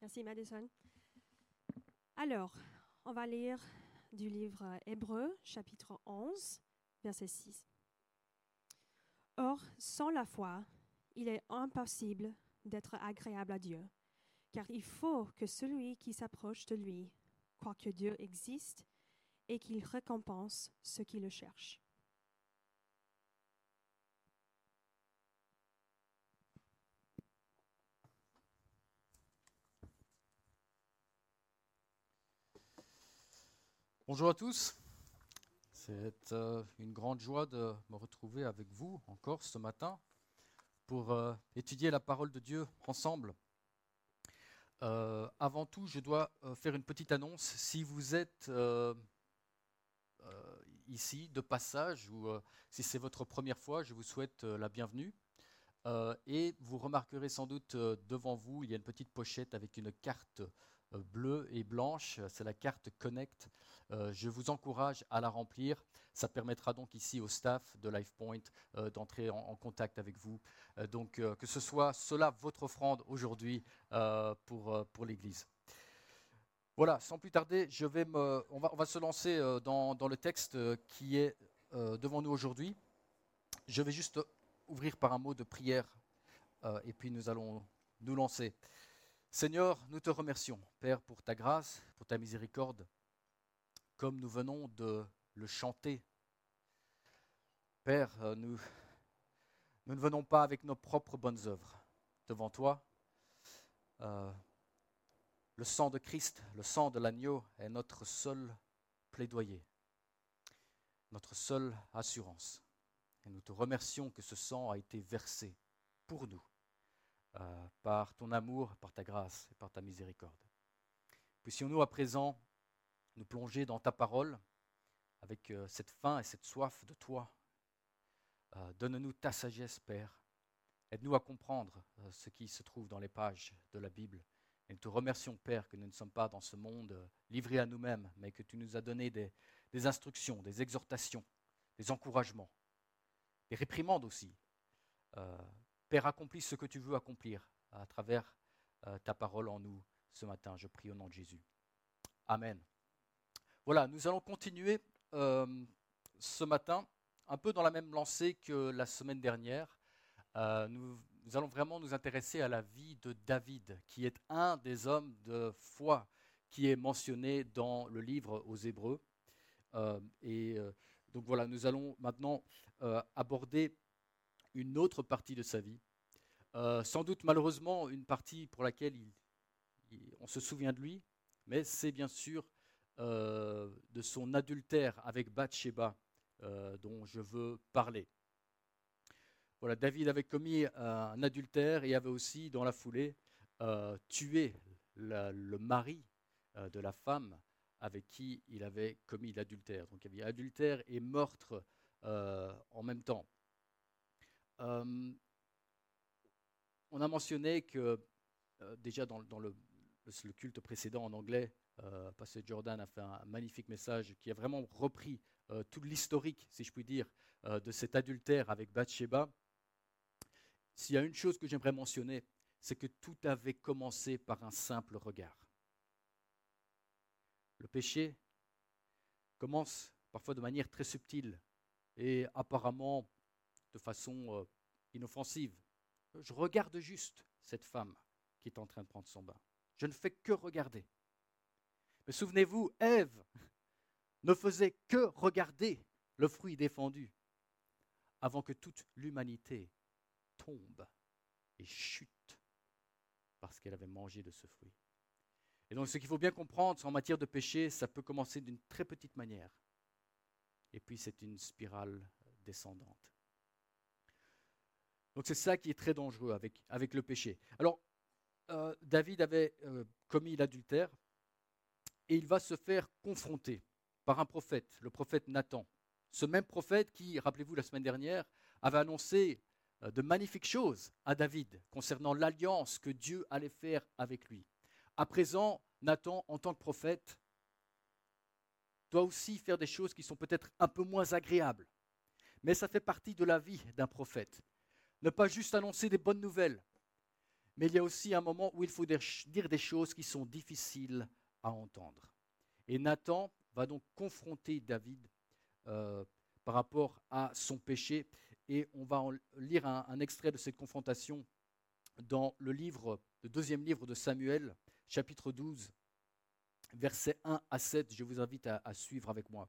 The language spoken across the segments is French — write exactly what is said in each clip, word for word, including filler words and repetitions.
Merci Madison. Alors, on va lire du livre Hébreux, chapitre onze, verset six. Or, sans la foi, il est impossible d'être agréable à Dieu, car il faut que celui qui s'approche de lui croit que Dieu existe et qu'il récompense ceux qui le cherchent. Bonjour à tous, c'est euh, une grande joie de me retrouver avec vous encore ce matin pour euh, étudier la parole de Dieu ensemble. Euh, avant tout, je dois euh, faire une petite annonce. Si vous êtes euh, euh, ici de passage ou euh, si c'est votre première fois, je vous souhaite euh, la bienvenue. Euh, et vous remarquerez sans doute euh, devant vous, il y a une petite pochette avec une carte euh, bleue et blanche, c'est la carte Connect. Euh, je vous encourage à la remplir. Ça permettra donc ici au staff de LifePoint euh, d'entrer en, en contact avec vous. Euh, donc euh, que ce soit cela votre offrande aujourd'hui euh, pour, euh, pour l'Église. Voilà, sans plus tarder, je vais me, on, va, on va se lancer euh, dans, dans le texte euh, qui est euh, devant nous aujourd'hui. Je vais juste ouvrir par un mot de prière euh, et puis nous allons nous lancer. Seigneur, nous te remercions, Père, pour ta grâce, pour ta miséricorde, comme nous venons de le chanter. Père, euh, nous, nous ne venons pas avec nos propres bonnes œuvres devant toi. Euh, le sang de Christ, le sang de l'agneau est notre seul plaidoyer, notre seule assurance. Et nous te remercions que ce sang a été versé pour nous, euh, par ton amour, par ta grâce et par ta miséricorde. Puissions-nous à présent nous plonger dans ta parole avec euh, cette faim et cette soif de toi. Euh, donne-nous ta sagesse, Père. Aide-nous à comprendre euh, ce qui se trouve dans les pages de la Bible. Et nous te remercions, Père, que nous ne sommes pas dans ce monde euh, livrés à nous-mêmes, mais que tu nous as donné des, des instructions, des exhortations, des encouragements, des réprimandes aussi. Euh, Père, accomplis ce que tu veux accomplir à travers euh, ta parole en nous ce matin. Je prie au nom de Jésus. Amen. Voilà, nous allons continuer euh, ce matin un peu dans la même lancée que la semaine dernière. Euh, nous, nous allons vraiment nous intéresser à la vie de David, qui est un des hommes de foi qui est mentionné dans le livre aux Hébreux. Euh, et euh, donc voilà, nous allons maintenant euh, aborder une autre partie de sa vie. Euh, sans doute malheureusement une partie pour laquelle il, il, on se souvient de lui, mais c'est bien sûr euh, de son adultère avec Bathsheba euh, dont je veux parler. Voilà, David avait commis euh, un adultère et avait aussi dans la foulée euh, tué la, le mari euh, de la femme avec qui il avait commis l'adultère. Donc il y avait adultère et meurtre euh, en même temps. Euh, on a mentionné que euh, déjà dans, dans le, le culte précédent en anglais, euh, Pasteur Jordan a fait un magnifique message qui a vraiment repris euh, tout l'historique, si je puis dire, euh, de cet adultère avec Bathsheba. S'il y a une chose que j'aimerais mentionner, c'est que tout avait commencé par un simple regard. Le péché commence parfois de manière très subtile et apparemment de façon euh, inoffensive. Je regarde juste cette femme qui est en train de prendre son bain. Je ne fais que regarder. Mais souvenez-vous, Ève ne faisait que regarder le fruit défendu avant que toute l'humanité tombe et chute parce qu'elle avait mangé de ce fruit. Et donc ce qu'il faut bien comprendre, c'est en matière de péché, ça peut commencer d'une très petite manière. Et puis c'est une spirale descendante. Donc c'est ça qui est très dangereux avec, avec le péché. Alors, euh, David avait euh, commis l'adultère et il va se faire confronter par un prophète, le prophète Nathan. Ce même prophète qui, rappelez-vous la semaine dernière, avait annoncé euh, de magnifiques choses à David concernant l'alliance que Dieu allait faire avec lui. À présent, Nathan, en tant que prophète, doit aussi faire des choses qui sont peut-être un peu moins agréables. Mais ça fait partie de la vie d'un prophète. Ne pas juste annoncer des bonnes nouvelles, mais il y a aussi un moment où il faut dire des choses qui sont difficiles à entendre. Et Nathan va donc confronter David euh, par rapport à son péché. Et on va en lire un, un extrait de cette confrontation dans le livre, le deuxième livre de Samuel, chapitre douze, versets un à sept. Je vous invite à, à suivre avec moi.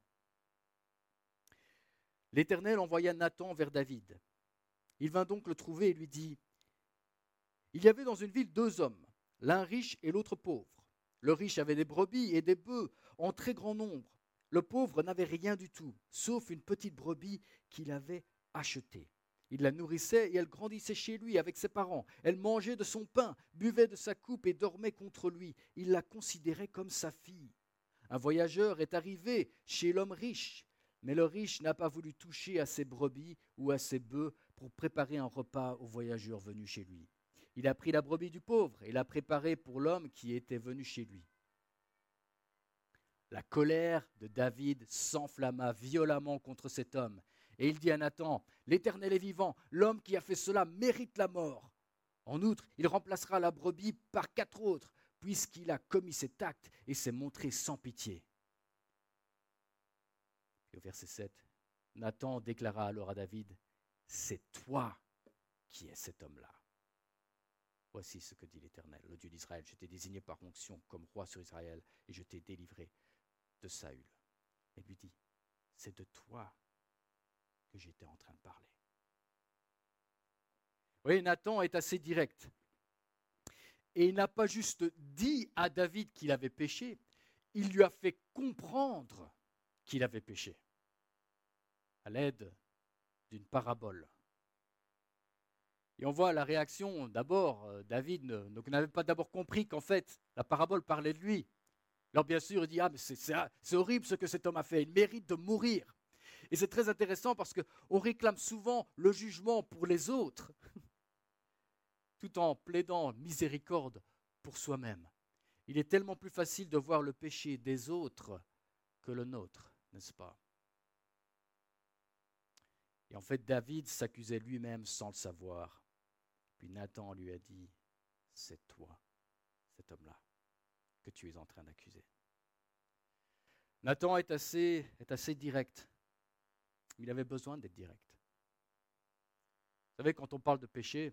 L'Éternel envoya Nathan vers David. Il vint donc le trouver et lui dit : il y avait dans une ville deux hommes, l'un riche et l'autre pauvre. Le riche avait des brebis et des bœufs en très grand nombre. Le pauvre n'avait rien du tout, sauf une petite brebis qu'il avait achetée. Il la nourrissait et elle grandissait chez lui avec ses parents. Elle mangeait de son pain, buvait de sa coupe et dormait contre lui. Il la considérait comme sa fille. Un voyageur est arrivé chez l'homme riche, mais le riche n'a pas voulu toucher à ses brebis ou à ses bœufs pour préparer un repas au voyageur venu chez lui. Il a pris la brebis du pauvre et l'a préparée pour l'homme qui était venu chez lui. La colère de David s'enflamma violemment contre cet homme. Et il dit à Nathan : l'Éternel est vivant, l'homme qui a fait cela mérite la mort. En outre, il remplacera la brebis par quatre autres, puisqu'il a commis cet acte et s'est montré sans pitié. Et au verset sept, Nathan déclara alors à David : c'est toi qui es cet homme-là. Voici ce que dit l'Éternel, le Dieu d'Israël. Je t'ai désigné par onction comme roi sur Israël et je t'ai délivré de Saül. Et lui dit : c'est de toi que j'étais en train de parler. Oui, Nathan est assez direct. Et il n'a pas juste dit à David qu'il avait péché, il lui a fait comprendre qu'il avait péché à l'aide d'une parabole. Et on voit la réaction, d'abord, David ne, ne, n'avait pas d'abord compris qu'en fait, la parabole parlait de lui. Alors bien sûr, il dit « Ah, mais c'est, c'est, c'est horrible ce que cet homme a fait, il mérite de mourir ». Et c'est très intéressant parce qu'on réclame souvent le jugement pour les autres, tout en plaidant miséricorde pour soi-même. Il est tellement plus facile de voir le péché des autres que le nôtre, n'est-ce pas ? Et en fait, David s'accusait lui-même sans le savoir. Puis Nathan lui a dit : c'est toi, cet homme-là, que tu es en train d'accuser. Nathan est assez, est assez direct. Il avait besoin d'être direct. Vous savez, quand on parle de péché,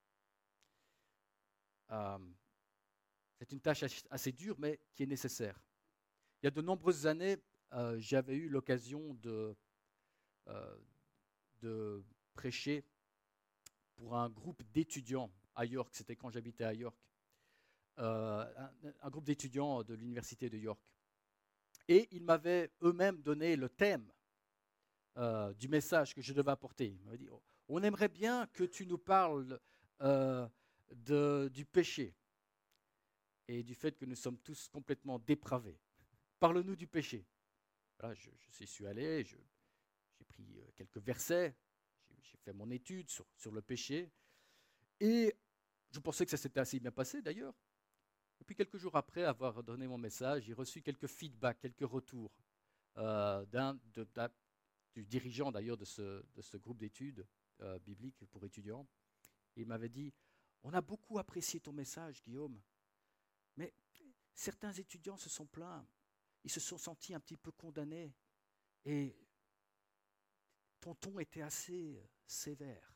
euh, c'est une tâche assez dure, mais qui est nécessaire. Il y a de nombreuses années, euh, j'avais eu l'occasion de, euh, de prêcher pour un groupe d'étudiants à York. C'était quand j'habitais à York. Euh, un, un groupe d'étudiants de l'université de York. Et ils m'avaient eux-mêmes donné le thème euh, du message que je devais apporter. Ils m'avaient dit : on aimerait bien que tu nous parles euh, de, du péché et du fait que nous sommes tous complètement dépravés. Parle-nous du péché. Voilà, je, je suis allé, je, j'ai pris quelques versets, j'ai, j'ai fait mon étude sur, sur le péché, et je pensais que ça s'était assez bien passé d'ailleurs. Et puis quelques jours après avoir donné mon message, j'ai reçu quelques feedbacks, quelques retours euh, d'un, de, d'un, du dirigeant d'ailleurs de ce, de ce groupe d'études euh, bibliques pour étudiants. Et il m'avait dit : on a beaucoup apprécié ton message, Guillaume, mais certains étudiants se sont plaints, ils se sont sentis un petit peu condamnés, et ton ton était assez sévère.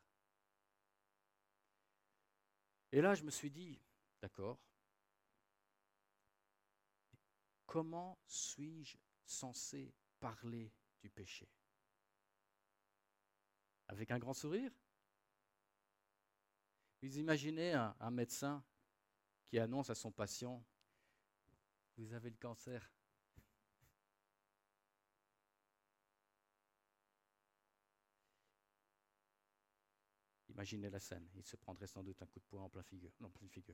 Et là, je me suis dit, d'accord, comment suis-je censé parler du péché ? Avec un grand sourire ? Vous imaginez un, un médecin qui annonce à son patient : vous avez le cancer. Imaginez la scène, il se prendrait sans doute un coup de poing en plein figure, non, pleine figure.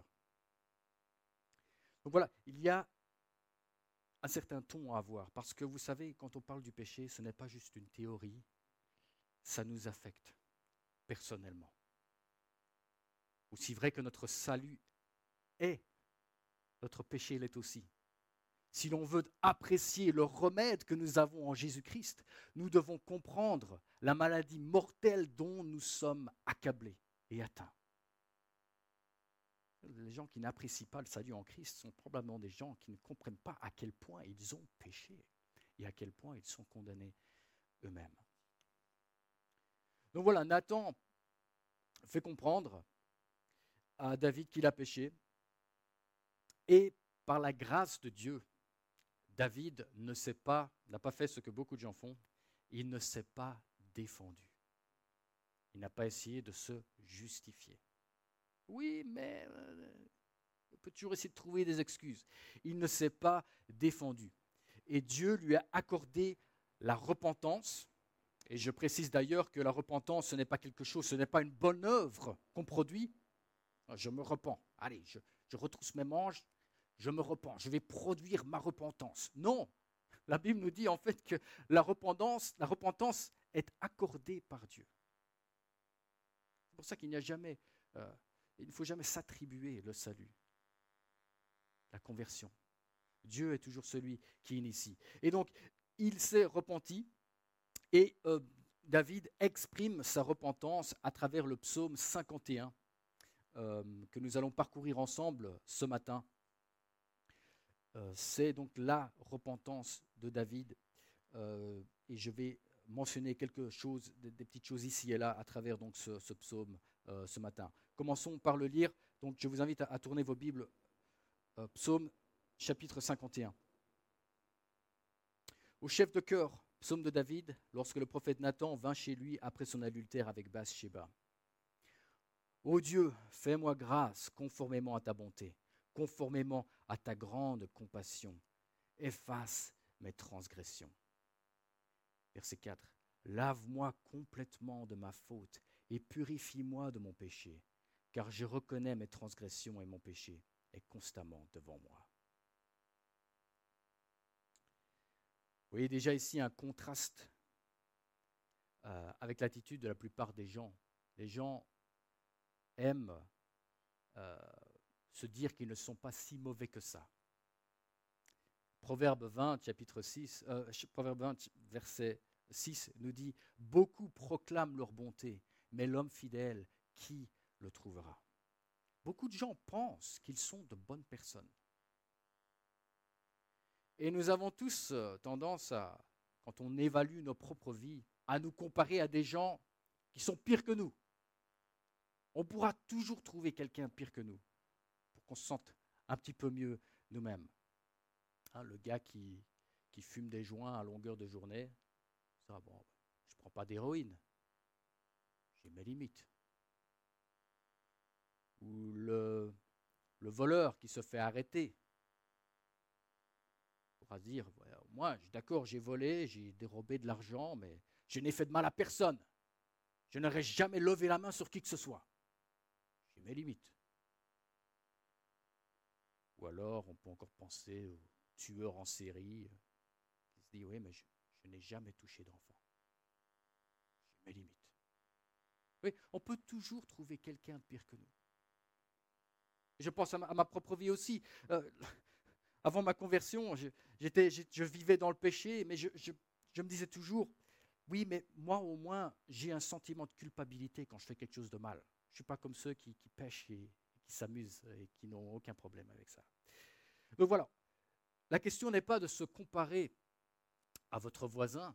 Donc voilà, il y a un certain ton à avoir, parce que vous savez, quand on parle du péché, ce n'est pas juste une théorie, ça nous affecte personnellement. Aussi vrai que notre salut est, notre péché l'est aussi. Si l'on veut apprécier le remède que nous avons en Jésus-Christ, nous devons comprendre la maladie mortelle dont nous sommes accablés et atteints. les gens qui n'apprécient pas le salut en Christ sont probablement des gens qui ne comprennent pas à quel point ils ont péché et à quel point ils sont condamnés eux-mêmes. Donc voilà, Nathan fait comprendre à David qu'il a péché et par la grâce de Dieu, David ne s'est pas, n'a pas fait ce que beaucoup de gens font, il ne s'est pas défendu. Il n'a pas essayé de se justifier. Oui, mais euh, on peut toujours essayer de trouver des excuses. Il ne s'est pas défendu. Et Dieu lui a accordé la repentance. Et je précise d'ailleurs que la repentance, ce n'est pas quelque chose, ce n'est pas une bonne œuvre qu'on produit. Je me repens. Allez, je, je retrousse mes manches, je me repens. Je vais produire ma repentance. Non, la Bible nous dit en fait que la repentance, la repentance est accordée par Dieu. C'est pour ça qu'il n'y a jamais, euh, il ne faut jamais s'attribuer le salut, la conversion. Dieu est toujours celui qui initie. Et donc, il s'est repenti et euh, David exprime sa repentance à travers le psaume cinquante et un euh, que nous allons parcourir ensemble ce matin. Euh, c'est donc la repentance de David euh, et je vais mentionner quelque chose, des, des petites choses ici et là à travers donc ce, ce psaume euh, ce matin. Commençons par le lire. Donc, je vous invite à, à tourner vos Bibles. Euh, psaume chapitre cinquante et un. Au chef de chœur, psaume de David, lorsque le prophète Nathan vint chez lui après son adultère avec Bathsheba. Ô Dieu, fais-moi grâce conformément à ta bonté, conformément à ta grande compassion. Efface mes transgressions. Verset quatre. Lave-moi complètement de ma faute et purifie-moi de mon péché, car je reconnais mes transgressions et mon péché est constamment devant moi. Vous voyez déjà ici un contraste euh, avec l'attitude de la plupart des gens. Les gens aiment euh, se dire qu'ils ne sont pas si mauvais que ça. Proverbe vingt, chapitre six, euh, Proverbe vingt, verset six nous dit « Beaucoup proclament leur bonté, mais l'homme fidèle, qui le trouvera ?» Beaucoup de gens pensent qu'ils sont de bonnes personnes. Et nous avons tous tendance à, quand on évalue nos propres vies, à nous comparer à des gens qui sont pires que nous. On pourra toujours trouver quelqu'un pire que nous pour qu'on se sente un petit peu mieux nous-mêmes. Hein, le gars qui, qui fume des joints à longueur de journée, ça, bon, je ne prends pas d'héroïne, j'ai mes limites. Ou le, le voleur qui se fait arrêter. On pourra se dire, ouais, moi, d'accord, j'ai volé, j'ai dérobé de l'argent, mais je n'ai fait de mal à personne. Je n'aurais jamais levé la main sur qui que ce soit. J'ai mes limites. Ou alors, on peut encore penser au tueur en série qui se dit, oui, mais je, je n'ai jamais touché d'enfant. J'ai mes limites. Oui, on peut toujours trouver quelqu'un de pire que nous. Je pense à ma, à ma propre vie aussi. Euh, avant ma conversion, je, j'étais, je, je vivais dans le péché, mais je, je, je me disais toujours, oui, mais moi au moins, j'ai un sentiment de culpabilité quand je fais quelque chose de mal. Je ne suis pas comme ceux qui, qui pêchent et qui s'amusent et qui n'ont aucun problème avec ça. Donc voilà, la question n'est pas de se comparer à votre voisin.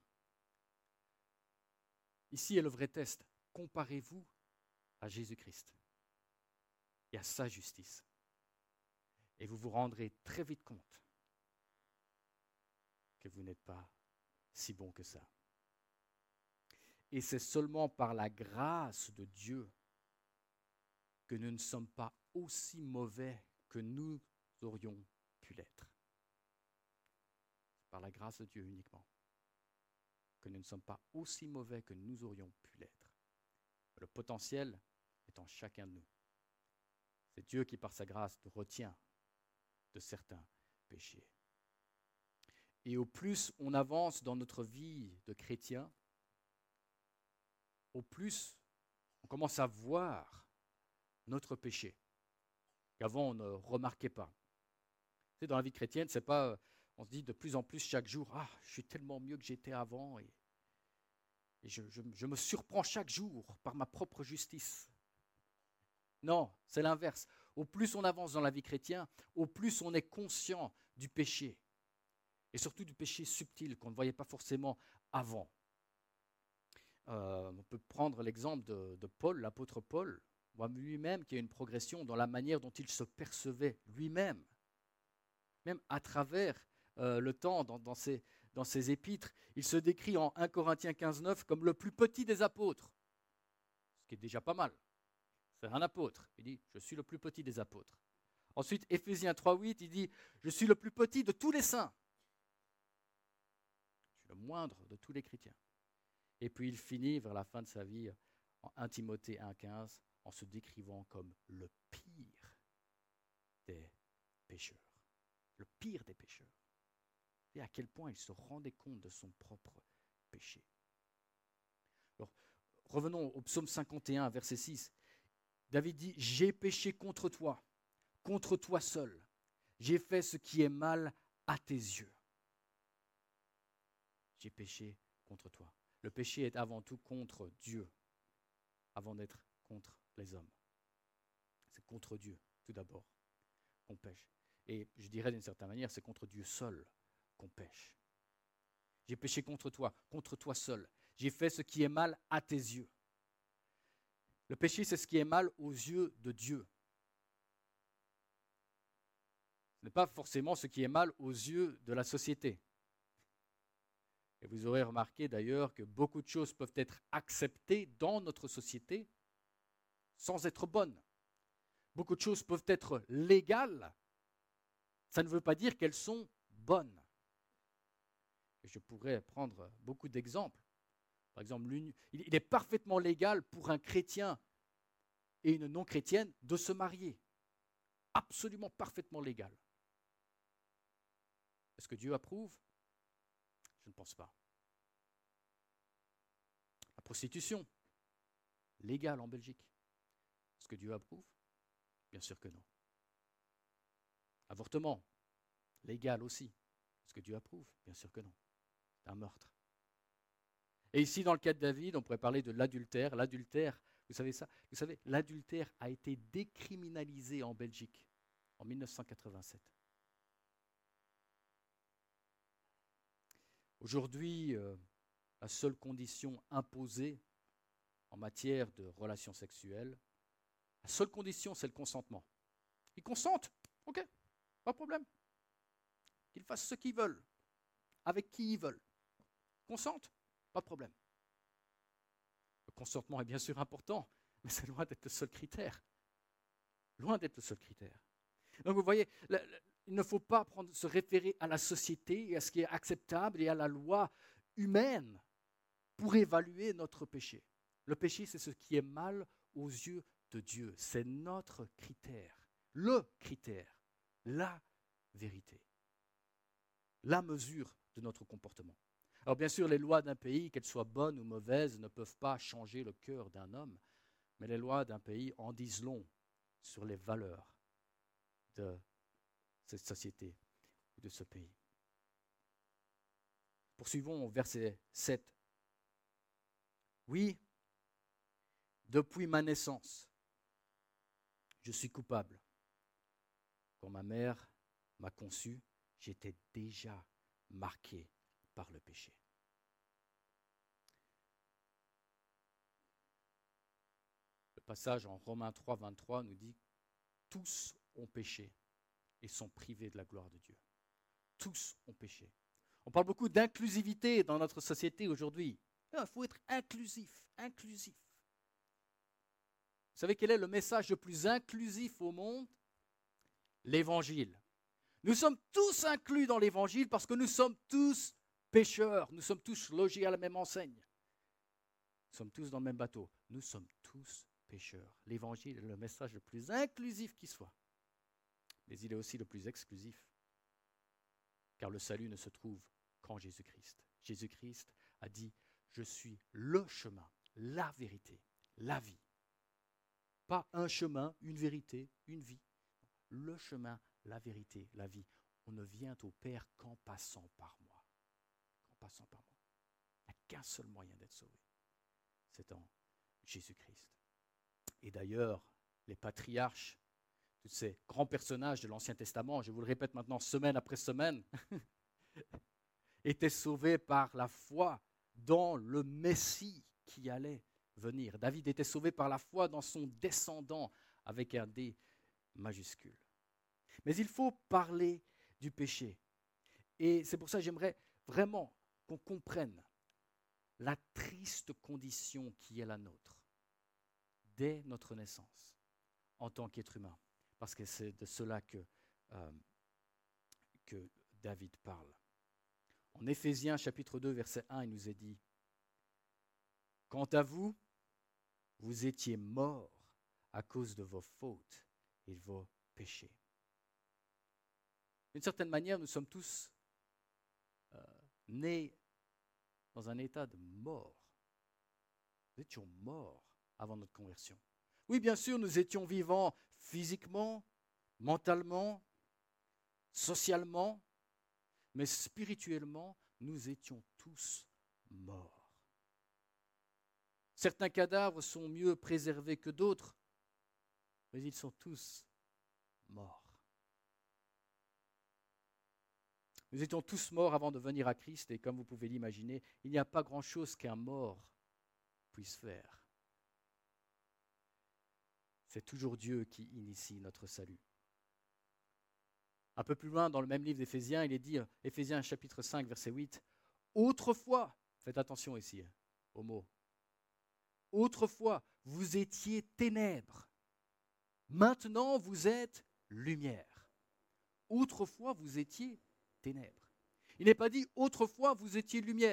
Ici est le vrai test. Comparez-vous à Jésus-Christ et à sa justice. Et vous vous rendrez très vite compte que vous n'êtes pas si bon que ça. Et c'est seulement par la grâce de Dieu que nous ne sommes pas aussi mauvais que nous aurions pu l'être. C'est par la grâce de Dieu uniquement que nous ne sommes pas aussi mauvais que nous aurions pu l'être. Le potentiel est en chacun de nous. C'est Dieu qui, par sa grâce, nous retient de certains péchés. Et au plus on avance dans notre vie de chrétien, au plus on commence à voir notre péché, qu'avant on ne remarquait pas. Tu sais, dans la vie chrétienne, c'est pas, on se dit de plus en plus chaque jour, ah, je suis tellement mieux que j'étais avant, et, et je, je, je me surprends chaque jour par ma propre justice. Non, c'est l'inverse. au plus on avance dans la vie chrétienne, au plus on est conscient du péché. Et surtout du péché subtil qu'on ne voyait pas forcément avant. Euh, on peut prendre l'exemple de, de Paul, l'apôtre Paul. On voit lui-même qu'il y a une progression dans la manière dont il se percevait lui-même. Même à travers euh, le temps, dans, dans, ses, dans ses épîtres, il se décrit en un Corinthiens quinze neuf comme le plus petit des apôtres. Ce qui est déjà pas mal. C'est un apôtre. Il dit, je suis le plus petit des apôtres. Ensuite, Éphésiens trois huit, il dit, je suis le plus petit de tous les saints. Je suis le moindre de tous les chrétiens. Et puis il finit vers la fin de sa vie en un Timothée un quinze en se décrivant comme le pire des pécheurs. Le pire des pécheurs. Et à quel point il se rendait compte de son propre péché. Alors, revenons au psaume cinquante et un, verset six. David dit, « J'ai péché contre toi, contre toi seul. J'ai fait ce qui est mal à tes yeux. » J'ai péché contre toi. Le péché est avant tout contre Dieu, avant d'être contre les hommes. C'est contre Dieu, tout d'abord, qu'on pêche. Et je dirais d'une certaine manière, c'est contre Dieu seul qu'on pêche. J'ai péché contre toi, contre toi seul. J'ai fait ce qui est mal à tes yeux. Le péché, c'est ce qui est mal aux yeux de Dieu. Ce n'est pas forcément ce qui est mal aux yeux de la société. Et vous aurez remarqué d'ailleurs que beaucoup de choses peuvent être acceptées dans notre société sans être bonnes. Beaucoup de choses peuvent être légales. Ça ne veut pas dire qu'elles sont bonnes. Et je pourrais prendre beaucoup d'exemples. Par exemple, il est parfaitement légal pour un chrétien et une non-chrétienne de se marier. Absolument parfaitement légal. Est-ce que Dieu approuve ? Je ne pense pas. La prostitution, légale en Belgique. Est-ce que Dieu approuve ? Bien sûr que non. Avortement, légal aussi. Est-ce que Dieu approuve ? Bien sûr que non. C'est un meurtre. Et ici, dans le cas de David, on pourrait parler de l'adultère. L'adultère, vous savez ça ? Vous savez, l'adultère a été décriminalisé en Belgique en mille neuf cent quatre-vingt-sept. Aujourd'hui, euh, la seule condition imposée en matière de relations sexuelles, la seule condition, c'est le consentement. Ils consentent, ok, pas de problème. Qu'ils fassent ce qu'ils veulent, avec qui ils veulent. Consentent, pas de problème. Le consentement est bien sûr important, mais c'est loin d'être le seul critère. Loin d'être le seul critère. Donc vous voyez, le, le, il ne faut pas prendre, se référer à la société et à ce qui est acceptable et à la loi humaine pour évaluer notre péché. Le péché, c'est ce qui est mal aux yeux de Dieu. C'est notre critère, le critère, la vérité, la mesure de notre comportement. Alors bien sûr, les lois d'un pays, qu'elles soient bonnes ou mauvaises, ne peuvent pas changer le cœur d'un homme, mais les lois d'un pays en disent long sur les valeurs de cette société ou de ce pays. Poursuivons au verset sept. Oui, depuis ma naissance, je suis coupable. Quand ma mère m'a conçu, j'étais déjà marqué par le péché. Le passage en Romains trois, vingt-trois nous dit « Tous ont péché et sont privés de la gloire de Dieu. » Tous ont péché. On parle beaucoup d'inclusivité dans notre société aujourd'hui. Il faut être inclusif, inclusif. Vous savez quel est le message le plus inclusif au monde ? L'évangile. Nous sommes tous inclus dans l'évangile parce que nous sommes tous pécheurs. Nous sommes tous logés à la même enseigne. Nous sommes tous dans le même bateau. Nous sommes tous pécheurs. L'évangile est le message le plus inclusif qui soit. Mais il est aussi le plus exclusif. Car le salut ne se trouve qu'en Jésus-Christ. Jésus-Christ a dit « Je suis le chemin, la vérité, la vie. » Pas un chemin, une vérité, une vie. Le chemin, la vérité, la vie. On ne vient au Père qu'en passant par moi. En passant par moi. Il n'y a qu'un seul moyen d'être sauvé. C'est en Jésus-Christ. Et d'ailleurs, les patriarches tous ces grands personnages de l'Ancien Testament, je vous le répète maintenant semaine après semaine, étaient sauvés par la foi dans le Messie qui allait venir. David était sauvé par la foi dans son descendant avec un D majuscule. Mais il faut parler du péché. Et c'est pour ça que j'aimerais vraiment qu'on comprenne la triste condition qui est la nôtre dès notre naissance en tant qu'être humain. Parce que c'est de cela que, euh, que David parle. En Éphésiens chapitre deux, verset un, il nous est dit « Quant à vous, vous étiez morts à cause de vos fautes et de vos péchés. » D'une certaine manière, nous sommes tous euh, nés dans un état de mort. Nous étions morts avant notre conversion. Oui, bien sûr, nous étions vivants physiquement, mentalement, socialement, mais spirituellement, nous étions tous morts. Certains cadavres sont mieux préservés que d'autres, mais ils sont tous morts. Nous étions tous morts avant de venir à Christ, et comme vous pouvez l'imaginer, il n'y a pas grand-chose qu'un mort puisse faire. C'est toujours Dieu qui initie notre salut. Un peu plus loin, dans le même livre d'Éphésiens, il est dit, Éphésiens chapitre cinq, verset huit, « Autrefois », faites attention ici au mot, « Autrefois, vous étiez ténèbres, maintenant vous êtes lumière. » Autrefois, vous étiez ténèbres. Il n'est pas dit « Autrefois, vous étiez lumière ».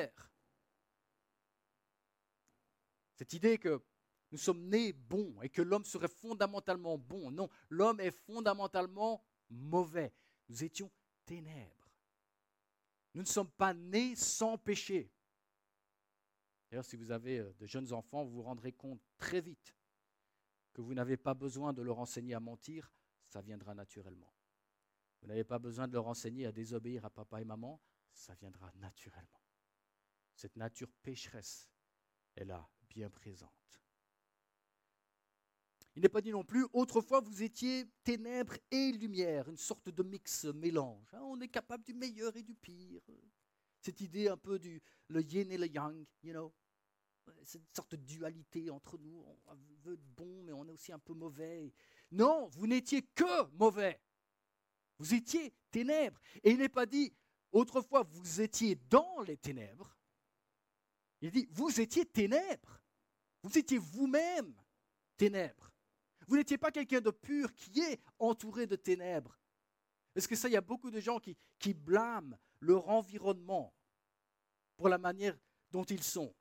Cette idée que nous sommes nés bons et que l'homme serait fondamentalement bon. Non, l'homme est fondamentalement mauvais. Nous étions ténèbres. Nous ne sommes pas nés sans péché. D'ailleurs, si vous avez de jeunes enfants, vous vous rendrez compte très vite que vous n'avez pas besoin de leur enseigner à mentir, ça viendra naturellement. Vous n'avez pas besoin de leur enseigner à désobéir à papa et maman, ça viendra naturellement. Cette nature pécheresse est là, bien présente. Il n'est pas dit non plus, autrefois vous étiez ténèbres et lumière, une sorte de mix, mélange. Hein, on est capable du meilleur et du pire. Cette idée un peu du le yin et le yang, you know. Cette sorte de dualité entre nous. On veut être bon, mais on est aussi un peu mauvais. Non, vous n'étiez que mauvais. Vous étiez ténèbres. Et il n'est pas dit, autrefois vous étiez dans les ténèbres. Il dit, vous étiez ténèbres. Vous étiez vous-même ténèbres. Vous n'étiez pas quelqu'un de pur qui est entouré de ténèbres. Parce que ça, il y a beaucoup de gens qui, qui blâment leur environnement pour la manière dont ils sont.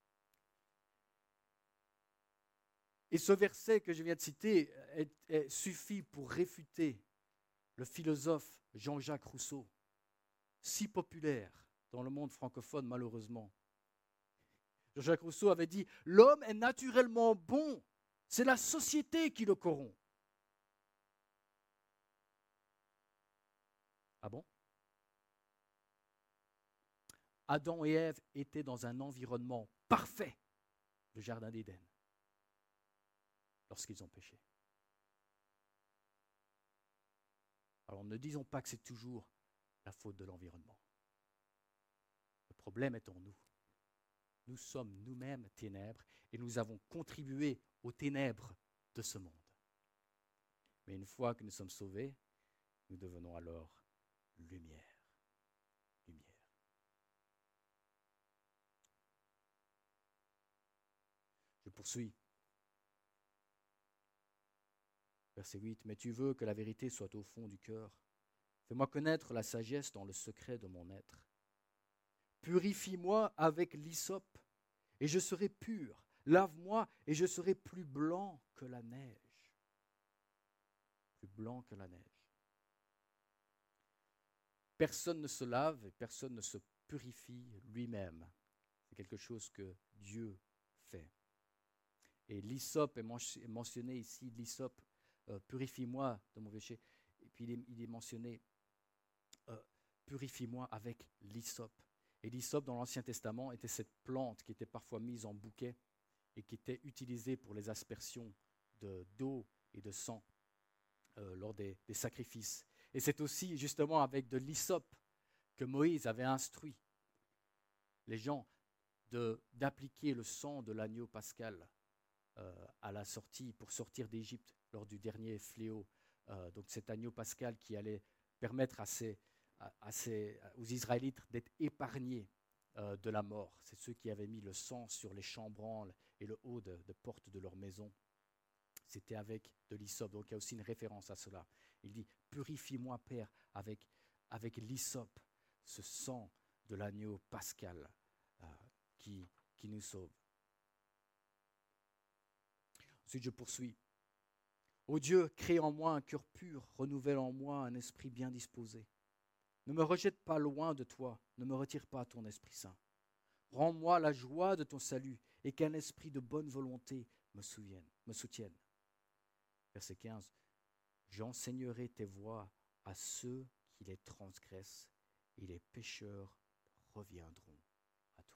Et ce verset que je viens de citer est, est, suffit pour réfuter le philosophe Jean-Jacques Rousseau, si populaire dans le monde francophone malheureusement. Jean-Jacques Rousseau avait dit « L'homme est naturellement bon, c'est la société qui le corrompt. » Ah bon? Adam et Ève étaient dans un environnement parfait, le jardin d'Éden, lorsqu'ils ont péché. Alors ne disons pas que c'est toujours la faute de l'environnement. Le problème est en nous. Nous sommes nous-mêmes ténèbres et nous avons contribué aux ténèbres de ce monde. Mais une fois que nous sommes sauvés, nous devenons alors lumière. Lumière. Je poursuis. Verset huit. « Mais tu veux que la vérité soit au fond du cœur. Fais-moi connaître la sagesse dans le secret de mon être. Purifie-moi avec l'hysope, et je serai pur. Lave-moi, et je serai plus blanc que la neige. » Plus blanc que la neige. Personne ne se lave et personne ne se purifie lui-même. C'est quelque chose que Dieu fait. Et l'hysope est mentionné ici, l'hysope, euh, purifie-moi de mon péché. Et puis il est, il est mentionné, euh, purifie-moi avec l'hysope. Et l'hysope dans l'Ancien Testament était cette plante qui était parfois mise en bouquet et qui était utilisée pour les aspersions de, d'eau et de sang euh, lors des, des sacrifices. Et c'est aussi justement avec de l'hysope que Moïse avait instruit les gens de, d'appliquer le sang de l'agneau pascal euh, à la sortie, pour sortir d'Égypte lors du dernier fléau. Euh, donc cet agneau pascal qui allait permettre à ces, à, à ces, aux Israélites d'être épargnés euh, de la mort. C'est ceux qui avaient mis le sang sur les chambranles et le haut de, de porte de leur maison. C'était avec de l'hysope. Donc il y a aussi une référence à cela. Il dit « Purifie-moi, Père, avec, avec l'hysope, ce sang de l'agneau pascal euh, qui, qui nous sauve. » Ensuite, je poursuis. « Ô Dieu, crée en moi un cœur pur, renouvelle en moi un esprit bien disposé. Ne me rejette pas loin de toi, ne me retire pas ton Esprit Saint. Rends-moi la joie de ton salut et qu'un esprit de bonne volonté me, souvienne, me soutienne. » Verset quinze. « J'enseignerai tes voies à ceux qui les transgressent et les pécheurs reviendront à toi. »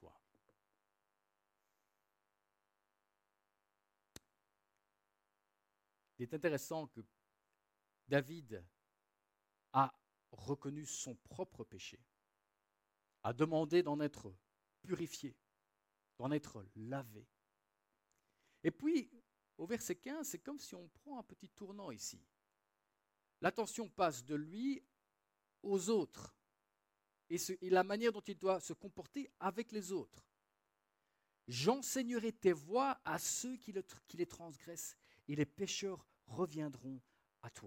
Il est intéressant que David a reconnu son propre péché, a demandé d'en être purifié, d'en être lavé. Et puis, au verset quinze, c'est comme si on prend un petit tournant ici. L'attention passe de lui aux autres et, ce, et la manière dont il doit se comporter avec les autres. « J'enseignerai tes voies à ceux qui, le, qui les transgressent et les pécheurs reviendront à toi. »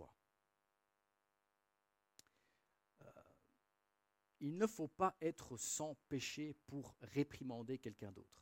euh, Il ne faut pas être sans péché pour réprimander quelqu'un d'autre.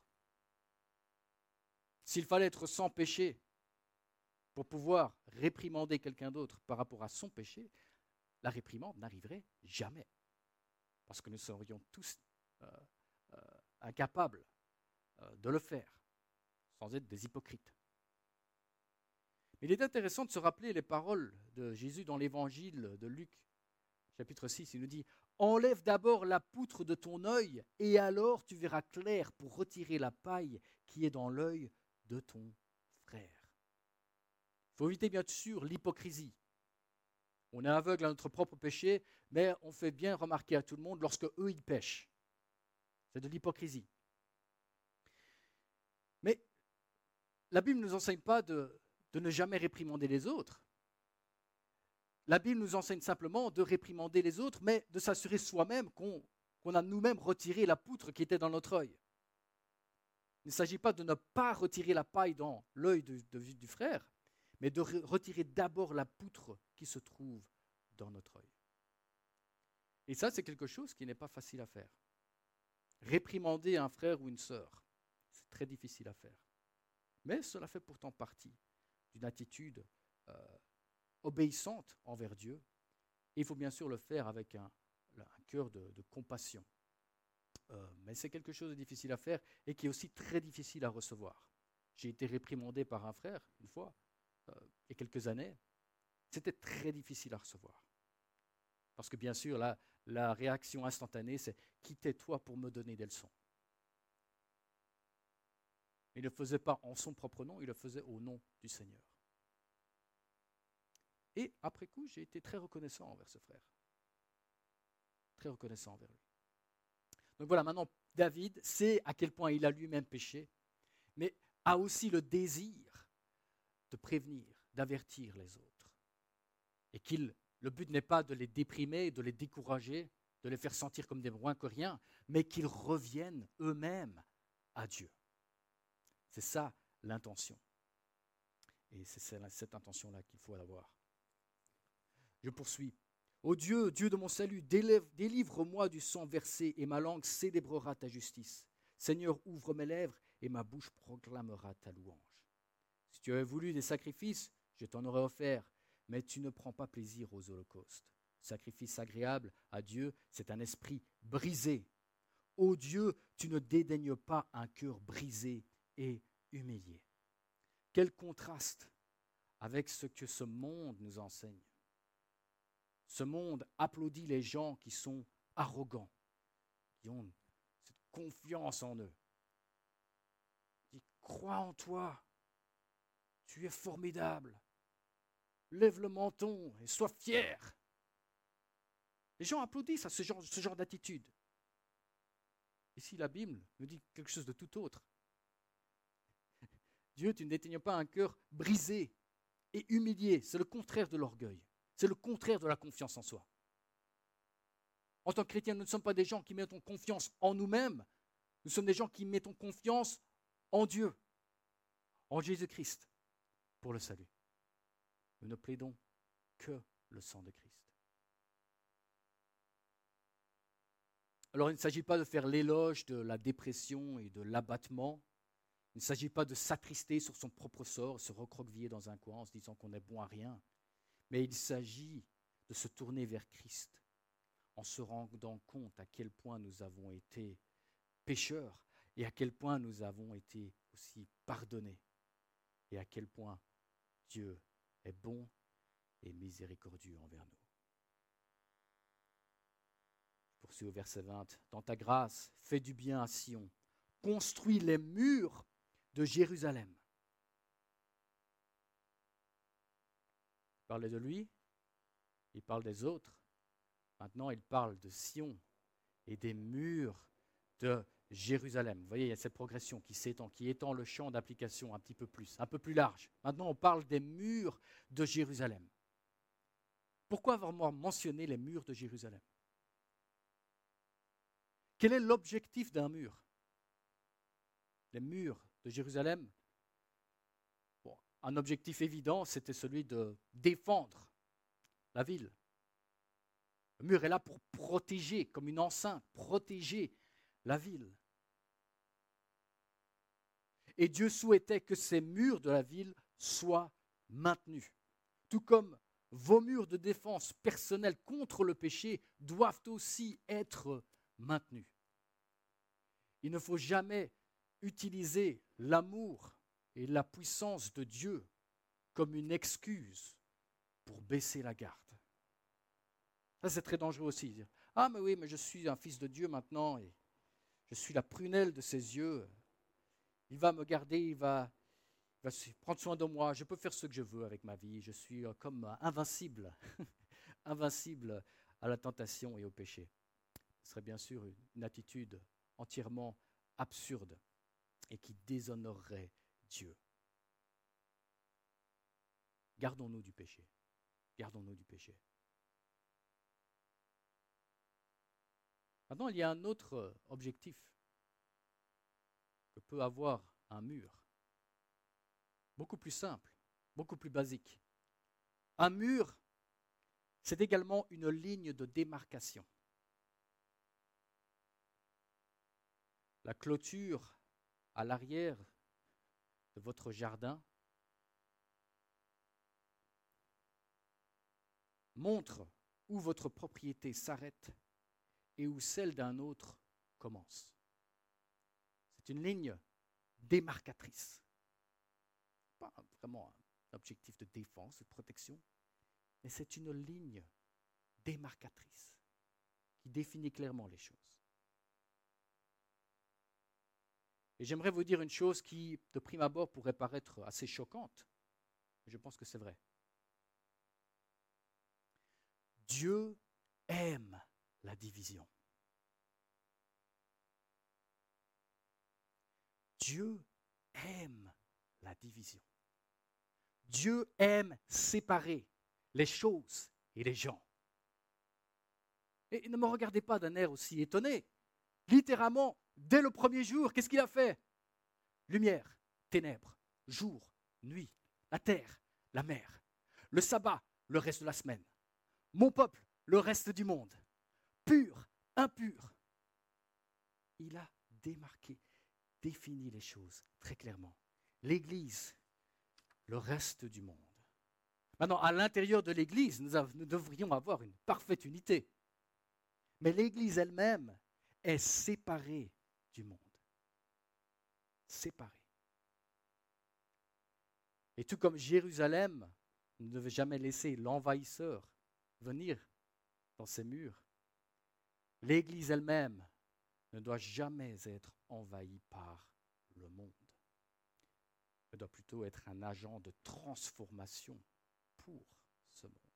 S'il fallait être sans péché pour pouvoir réprimander quelqu'un d'autre par rapport à son péché, la réprimande n'arriverait jamais. Parce que nous serions tous euh, euh, incapables euh, de le faire, sans être des hypocrites. Mais il est intéressant de se rappeler les paroles de Jésus dans l'évangile de Luc, chapitre six. Il nous dit « Enlève d'abord la poutre de ton œil, et alors tu verras clair pour retirer la paille qui est dans l'œil de ton frère. » Il faut éviter bien sûr l'hypocrisie. On est aveugle à notre propre péché, mais on fait bien remarquer à tout le monde lorsque eux, ils pêchent. C'est de l'hypocrisie. Mais la Bible ne nous enseigne pas de, de ne jamais réprimander les autres. La Bible nous enseigne simplement de réprimander les autres, mais de s'assurer soi-même qu'on, qu'on a nous-mêmes retiré la poutre qui était dans notre œil. Il ne s'agit pas de ne pas retirer la paille dans l'œil de, de, du frère, mais de retirer d'abord la poutre qui se trouve dans notre œil. Et ça, c'est quelque chose qui n'est pas facile à faire. Réprimander un frère ou une sœur, c'est très difficile à faire. Mais cela fait pourtant partie d'une attitude euh, obéissante envers Dieu. Et il faut bien sûr le faire avec un, un cœur de, de compassion. Euh, mais c'est quelque chose de difficile à faire et qui est aussi très difficile à recevoir. J'ai été réprimandé par un frère une fois, Euh, il y a quelques années, c'était très difficile à recevoir. Parce que bien sûr, la, la réaction instantanée, c'est « qui t'es-toi pour me donner des leçons ?» Il ne le faisait pas en son propre nom, il le faisait au nom du Seigneur. Et après coup, j'ai été très reconnaissant envers ce frère. Très reconnaissant envers lui. Donc voilà, maintenant, David sait à quel point il a lui-même péché, mais a aussi le désir de prévenir, d'avertir les autres. Et qu'il, le but n'est pas de les déprimer, de les décourager, de les faire sentir comme des moins que rien, mais qu'ils reviennent eux-mêmes à Dieu. C'est ça l'intention. Et c'est cette intention-là qu'il faut avoir. Je poursuis. Ô Dieu, Dieu de mon salut, délivre-moi du sang versé et ma langue célébrera ta justice. Seigneur, ouvre mes lèvres et ma bouche proclamera ta louange. Si tu avais voulu des sacrifices, je t'en aurais offert, mais tu ne prends pas plaisir aux holocaustes. Sacrifice agréable à Dieu, c'est un esprit brisé. Ô Dieu, tu ne dédaignes pas un cœur brisé et humilié. Quel contraste avec ce que ce monde nous enseigne. Ce monde applaudit les gens qui sont arrogants, qui ont cette confiance en eux. Ils croient en toi. Tu es formidable. lève le menton et sois fier. Les gens applaudissent à ce genre, ce genre d'attitude. Ici, la Bible nous dit quelque chose de tout autre. Dieu, tu ne détiens pas un cœur brisé et humilié. C'est le contraire de l'orgueil. C'est le contraire de la confiance en soi. En tant que chrétiens, nous ne sommes pas des gens qui mettons confiance en nous-mêmes. Nous sommes des gens qui mettons confiance en Dieu, en Jésus-Christ, pour le salut. Nous ne plaidons que le sang de Christ. Alors, il ne s'agit pas de faire l'éloge de la dépression et de l'abattement. Il ne s'agit pas de s'attrister sur son propre sort, se recroqueviller dans un coin en se disant qu'on est bon à rien. Mais il s'agit de se tourner vers Christ en se rendant compte à quel point nous avons été pécheurs et à quel point nous avons été aussi pardonnés et à quel point Dieu est bon et miséricordieux envers nous. Je poursuis au verset vingt. Dans ta grâce, fais du bien à Sion, construis les murs de Jérusalem. Il parlait de lui, il parle des autres. Maintenant, il parle de Sion et des murs de Jérusalem. Vous voyez, il y a cette progression qui s'étend, qui étend le champ d'application un petit peu plus, un peu plus large. Maintenant, on parle des murs de Jérusalem. Pourquoi avoir mentionné les murs de Jérusalem? Quel est l'objectif d'un mur? Les murs de Jérusalem, bon, un objectif évident, c'était celui de défendre la ville. Le mur est là pour protéger, comme une enceinte, protéger la ville. Et Dieu souhaitait que ces murs de la ville soient maintenus. Tout comme vos murs de défense personnels contre le péché doivent aussi être maintenus. Il ne faut jamais utiliser l'amour et la puissance de Dieu comme une excuse pour baisser la garde. Ça, c'est très dangereux aussi. Dire, ah, mais oui, mais je suis un fils de Dieu maintenant et je suis la prunelle de ses yeux. Il va me garder, il va, il va prendre soin de moi. Je peux faire ce que je veux avec ma vie. Je suis comme invincible, invincible à la tentation et au péché. Ce serait bien sûr une attitude entièrement absurde et qui déshonorerait Dieu. Gardons-nous du péché. Gardons-nous du péché. Maintenant, il y a un autre objectif que peut avoir un mur. Beaucoup plus simple, beaucoup plus basique. Un mur, c'est également une ligne de démarcation. La clôture à l'arrière de votre jardin montre où votre propriété s'arrête et où celle d'un autre commence. C'est une ligne démarcatrice. Pas vraiment un objectif de défense, de protection, mais c'est une ligne démarcatrice qui définit clairement les choses. Et j'aimerais vous dire une chose qui, de prime abord, pourrait paraître assez choquante, mais je pense que c'est vrai. Dieu aime la division. Dieu aime la division. Dieu aime séparer les choses et les gens. Et ne me regardez pas d'un air aussi étonné. Littéralement, dès le premier jour, qu'est-ce qu'il a fait? Lumière, ténèbres, jour, nuit, la terre, la mer, le sabbat, le reste de la semaine, mon peuple, le reste du monde, pur, impur. Il a démarqué, défini les choses très clairement. L'Église, le reste du monde. Maintenant, à l'intérieur de l'Église, nous, av- nous devrions avoir une parfaite unité. Mais l'Église elle-même est séparée du monde. Séparée. Et tout comme Jérusalem ne devait jamais laisser l'envahisseur venir dans ses murs, l'Église elle-même ne doit jamais être envahie par le monde. Elle doit plutôt être un agent de transformation pour ce monde.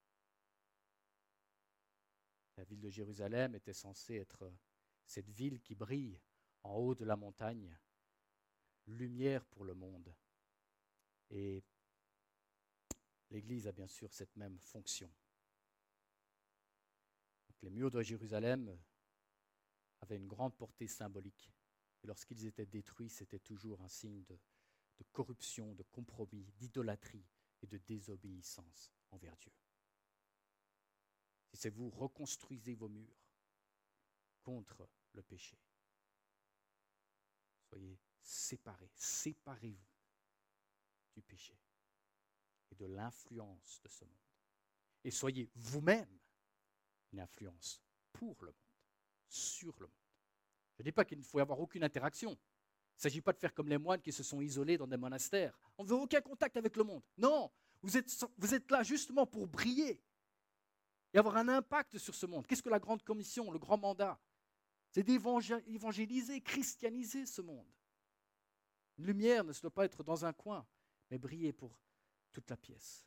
La ville de Jérusalem était censée être cette ville qui brille en haut de la montagne, lumière pour le monde. Et l'Église a bien sûr cette même fonction. Donc, les murs de Jérusalem avaient une grande portée symbolique. Et lorsqu'ils étaient détruits, c'était toujours un signe de, de corruption, de compromis, d'idolâtrie et de désobéissance envers Dieu. Si c'est vous, reconstruisez vos murs contre le péché. Soyez séparés, séparez-vous du péché et de l'influence de ce monde. Et soyez vous-même une influence pour le monde, sur le monde. Je ne dis pas qu'il ne faut y avoir aucune interaction. Il ne s'agit pas de faire comme les moines qui se sont isolés dans des monastères. On ne veut aucun contact avec le monde. Non, vous êtes, vous êtes là justement pour briller et avoir un impact sur ce monde. Qu'est-ce que la grande commission, le grand mandat? C'est d'évangéliser, christianiser ce monde. Une lumière ne doit pas être dans un coin, mais briller pour toute la pièce.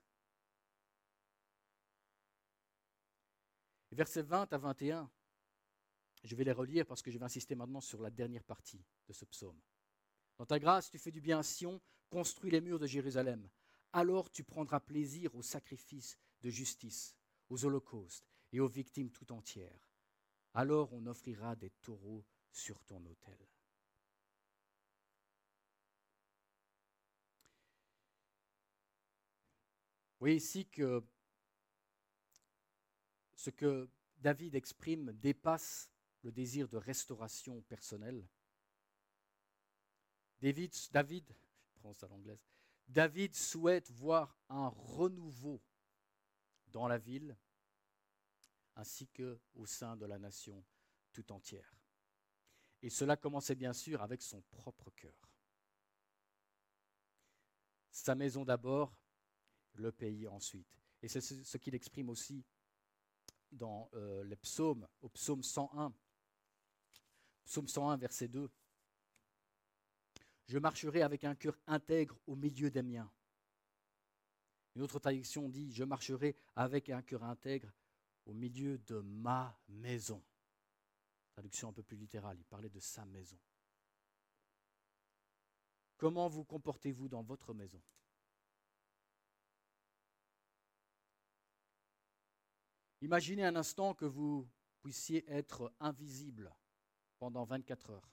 Et versets vingt à vingt et un, je vais les relire parce que je vais insister maintenant sur la dernière partie de ce psaume. Dans ta grâce, tu fais du bien à Sion, construis les murs de Jérusalem. Alors tu prendras plaisir aux sacrifices de justice, aux holocaustes et aux victimes tout entières. Alors on offrira des taureaux sur ton autel. Vous voyez ici que ce que David exprime dépasse le désir de restauration personnelle. David, David, je prends ça à l'anglaise, David souhaite voir un renouveau dans la ville ainsi qu'au sein de la nation tout entière. Et cela commençait bien sûr avec son propre cœur. Sa maison d'abord, le pays ensuite. Et c'est ce qu'il exprime aussi dans euh, les psaumes, au psaume cent un. Psaume cent un, verset deux. Je marcherai avec un cœur intègre au milieu des miens. Une autre traduction dit, je marcherai avec un cœur intègre au milieu de ma maison. Traduction un peu plus littérale, il parlait de sa maison. Comment vous comportez-vous dans votre maison? Imaginez un instant que vous puissiez être invisible pendant vingt-quatre heures.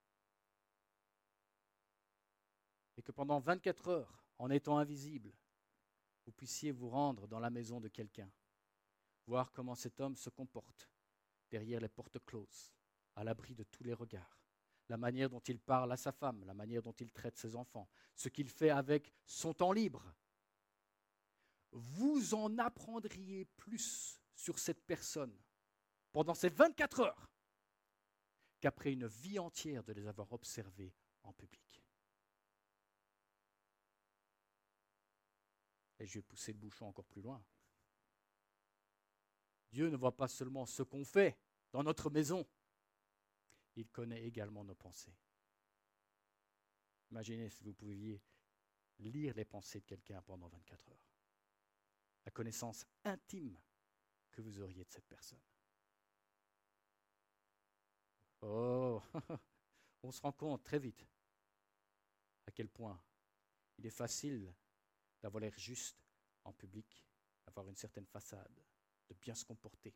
Et que pendant vingt-quatre heures, en étant invisible, vous puissiez vous rendre dans la maison de quelqu'un, voir comment cet homme se comporte derrière les portes closes, à l'abri de tous les regards, la manière dont il parle à sa femme, la manière dont il traite ses enfants, ce qu'il fait avec son temps libre. Vous en apprendriez plus sur cette personne pendant ces vingt-quatre heures qu'après une vie entière de les avoir observés en public. Et je vais pousser le bouchon encore plus loin. Dieu ne voit pas seulement ce qu'on fait dans notre maison, il connaît également nos pensées. Imaginez si vous pouviez lire les pensées de quelqu'un pendant vingt-quatre heures. La connaissance intime que vous auriez de cette personne. Oh, on se rend compte très vite à quel point il est facile d'avoir l'air juste en public, d'avoir une certaine façade, de bien se comporter.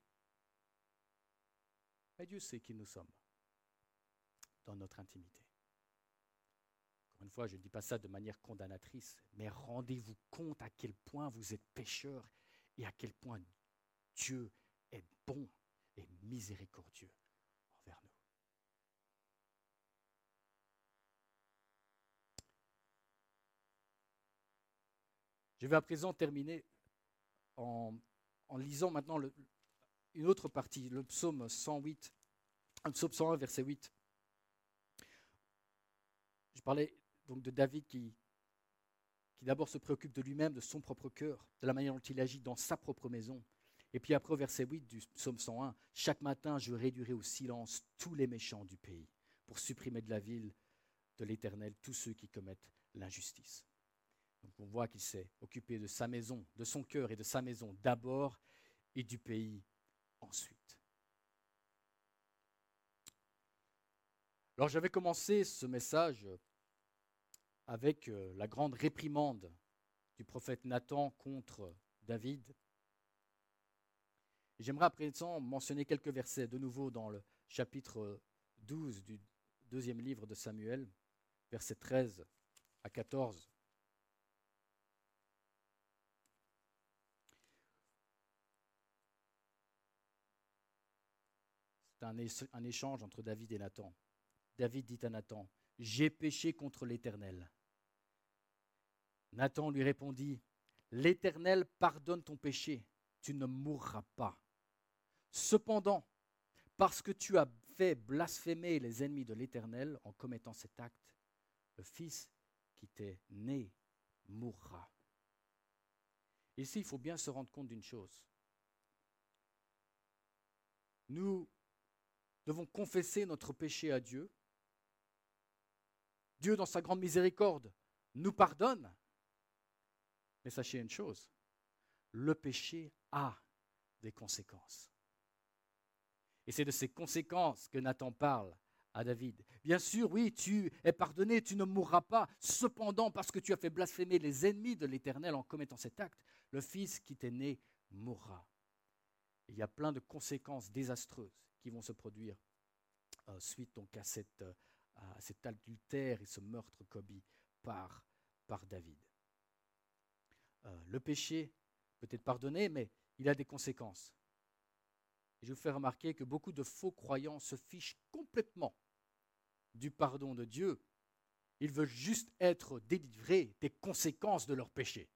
Mais Dieu sait qui nous sommes dans notre intimité. Encore une fois, je ne dis pas ça de manière condamnatrice, mais rendez-vous compte à quel point vous êtes pécheurs et à quel point Dieu est bon et miséricordieux envers nous. Je vais à présent terminer en, en lisant maintenant le, une autre partie, le psaume cent huit, le psaume cent un, verset huit. Je parlais donc de David qui, qui d'abord se préoccupe de lui-même, de son propre cœur, de la manière dont il agit dans sa propre maison. Et puis après, au verset huit du psaume cent un, « Chaque matin, je réduirai au silence tous les méchants du pays, pour supprimer de la ville de l'Éternel tous ceux qui commettent l'injustice. » Donc on voit qu'il s'est occupé de sa maison, de son cœur et de sa maison d'abord et du pays ensuite. Alors j'avais commencé ce message avec la grande réprimande du prophète Nathan contre David. Et j'aimerais à présent mentionner quelques versets de nouveau dans le chapitre douze du deuxième livre de Samuel, versets treize à quatorze. C'est un, é- un échange entre David et Nathan. David dit à Nathan, « J'ai péché contre l'Éternel. » Nathan lui répondit, « L'Éternel pardonne ton péché, tu ne mourras pas. Cependant, parce que tu as fait blasphémer les ennemis de l'Éternel en commettant cet acte, le fils qui t'est né mourra. » Ici, il faut bien se rendre compte d'une chose. Nous devons confesser notre péché à Dieu. Dieu, dans sa grande miséricorde, nous pardonne. Mais sachez une chose, le péché a des conséquences. Et c'est de ces conséquences que Nathan parle à David. Bien sûr, oui, tu es pardonné, tu ne mourras pas. Cependant, parce que tu as fait blasphémer les ennemis de l'Éternel en commettant cet acte, le fils qui t'est né mourra. Il y a plein de conséquences désastreuses qui vont se produire euh, suite donc à, cette, euh, à cet adultère et ce meurtre commis par, par David. Euh, le péché peut être pardonné, mais il a des conséquences. Et je vous fais remarquer que beaucoup de faux croyants se fichent complètement du pardon de Dieu. Ils veulent juste être délivrés des conséquences de leur péché.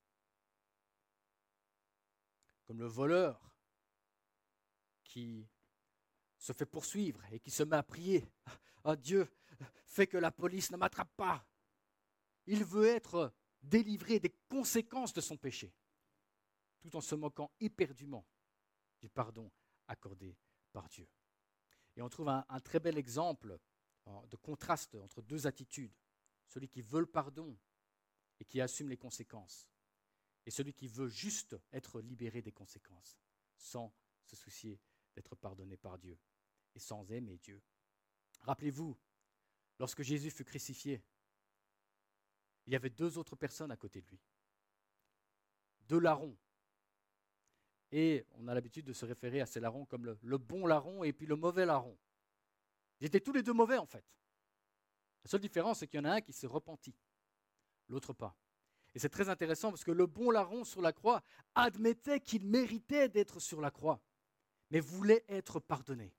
Comme le voleur qui se fait poursuivre et qui se met à prier. « Ah, Dieu, fais que la police ne m'attrape pas. » Il veut être délivré des conséquences de son péché, tout en se moquant éperdument du pardon accordé par Dieu. Et on trouve un, un très bel exemple euh, de contraste entre deux attitudes. Celui qui veut le pardon et qui assume les conséquences, et celui qui veut juste être libéré des conséquences, sans se soucier d'être pardonné par Dieu et sans aimer Dieu. Rappelez-vous, lorsque Jésus fut crucifié, il y avait deux autres personnes à côté de lui, deux larrons. Et on a l'habitude de se référer à ces larrons comme le, le bon larron et puis le mauvais larron. Ils étaient tous les deux mauvais en fait. La seule différence, c'est qu'il y en a un qui s'est repenti, l'autre pas. Et c'est très intéressant parce que le bon larron sur la croix admettait qu'il méritait d'être sur la croix, mais voulait être pardonné.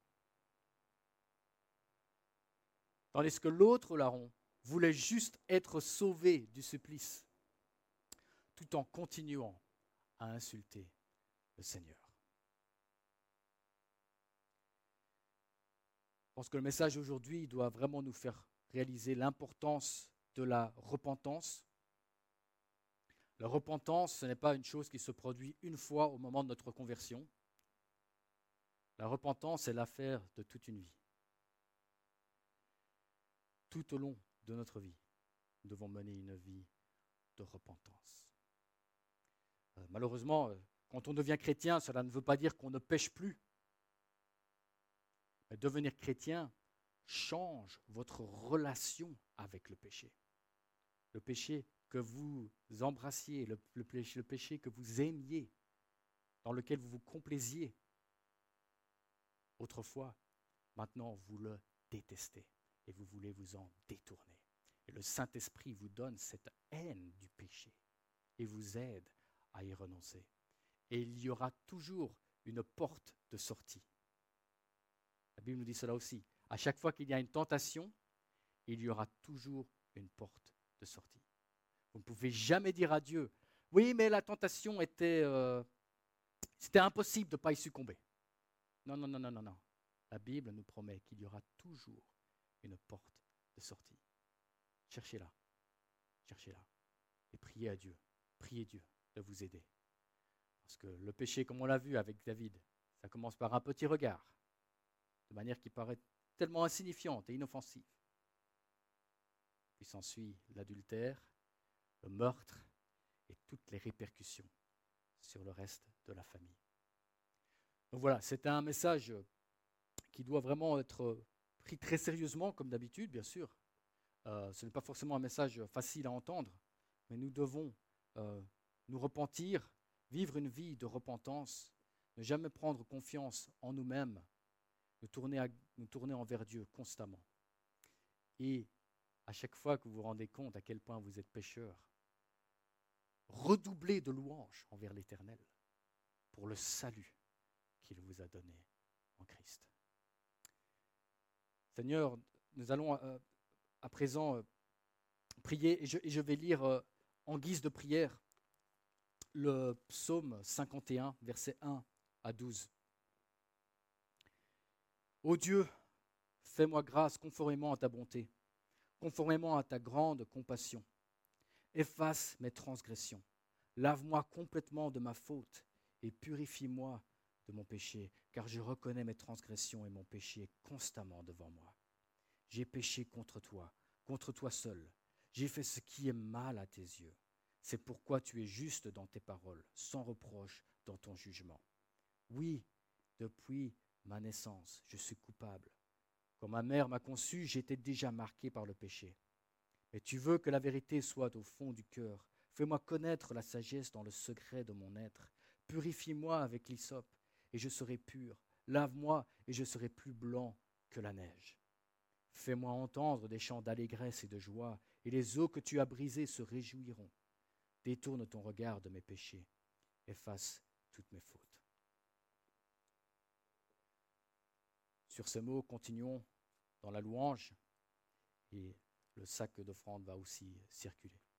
Tandis que l'autre larron voulait juste être sauvé du supplice, tout en continuant à insulter le Seigneur. Je pense que le message aujourd'hui doit vraiment nous faire réaliser l'importance de la repentance. La repentance, ce n'est pas une chose qui se produit une fois au moment de notre conversion. La repentance est l'affaire de toute une vie. Tout au long de notre vie, nous devons mener une vie de repentance. Euh, malheureusement, euh, quand on devient chrétien, cela ne veut pas dire qu'on ne pêche plus. Mais devenir chrétien change votre relation avec le péché. Le péché que vous embrassiez, le, le, péché, le péché que vous aimiez, dans lequel vous vous complaisiez autrefois, maintenant vous le détestez et vous voulez vous en détourner. Et le Saint-Esprit vous donne cette haine du péché et vous aide à y renoncer. Et il y aura toujours une porte de sortie. La Bible nous dit cela aussi. À chaque fois qu'il y a une tentation, il y aura toujours une porte de sortie. Vous ne pouvez jamais dire à Dieu, oui, mais la tentation était, euh, c'était impossible de ne pas y succomber. Non, non, non, non, non, non. La Bible nous promet qu'il y aura toujours une porte de sortie. Cherchez-la, cherchez-la et priez à Dieu, priez Dieu de vous aider. Parce que le péché, comme on l'a vu avec David, ça commence par un petit regard, de manière qui paraît tellement insignifiante et inoffensive. Puis s'ensuit l'adultère, le meurtre, toutes les répercussions sur le reste de la famille. Donc voilà, c'est un message qui doit vraiment être pris très sérieusement, comme d'habitude, bien sûr. Euh, ce n'est pas forcément un message facile à entendre, mais nous devons euh, nous repentir, vivre une vie de repentance, ne jamais prendre confiance en nous-mêmes, nous tourner, à, nous tourner envers Dieu constamment. Et à chaque fois que vous vous rendez compte à quel point vous êtes pécheur, redoublez de louanges envers l'Éternel pour le salut qu'il vous a donné en Christ. Seigneur, nous allons euh, à présent euh, prier et je, et je vais lire euh, en guise de prière le psaume cinquante et un, versets un à douze. Ô Dieu, fais-moi grâce conformément à ta bonté, conformément à ta grande compassion. Efface mes transgressions, lave-moi complètement de ma faute et purifie-moi de mon péché, car je reconnais mes transgressions et mon péché constamment devant moi. J'ai péché contre toi, contre toi seul. J'ai fait ce qui est mal à tes yeux. C'est pourquoi tu es juste dans tes paroles, sans reproche dans ton jugement. Oui, depuis ma naissance, je suis coupable. Quand ma mère m'a conçu, j'étais déjà marqué par le péché. Mais tu veux que la vérité soit au fond du cœur. Fais-moi connaître la sagesse dans le secret de mon être. Purifie-moi avec l'hysope, et je serai pur. Lave-moi, et je serai plus blanc que la neige. Fais-moi entendre des chants d'allégresse et de joie, et les eaux que tu as brisées se réjouiront. Détourne ton regard de mes péchés, efface toutes mes fautes. Sur ces mots, continuons dans la louange, et le sac d'offrande va aussi circuler.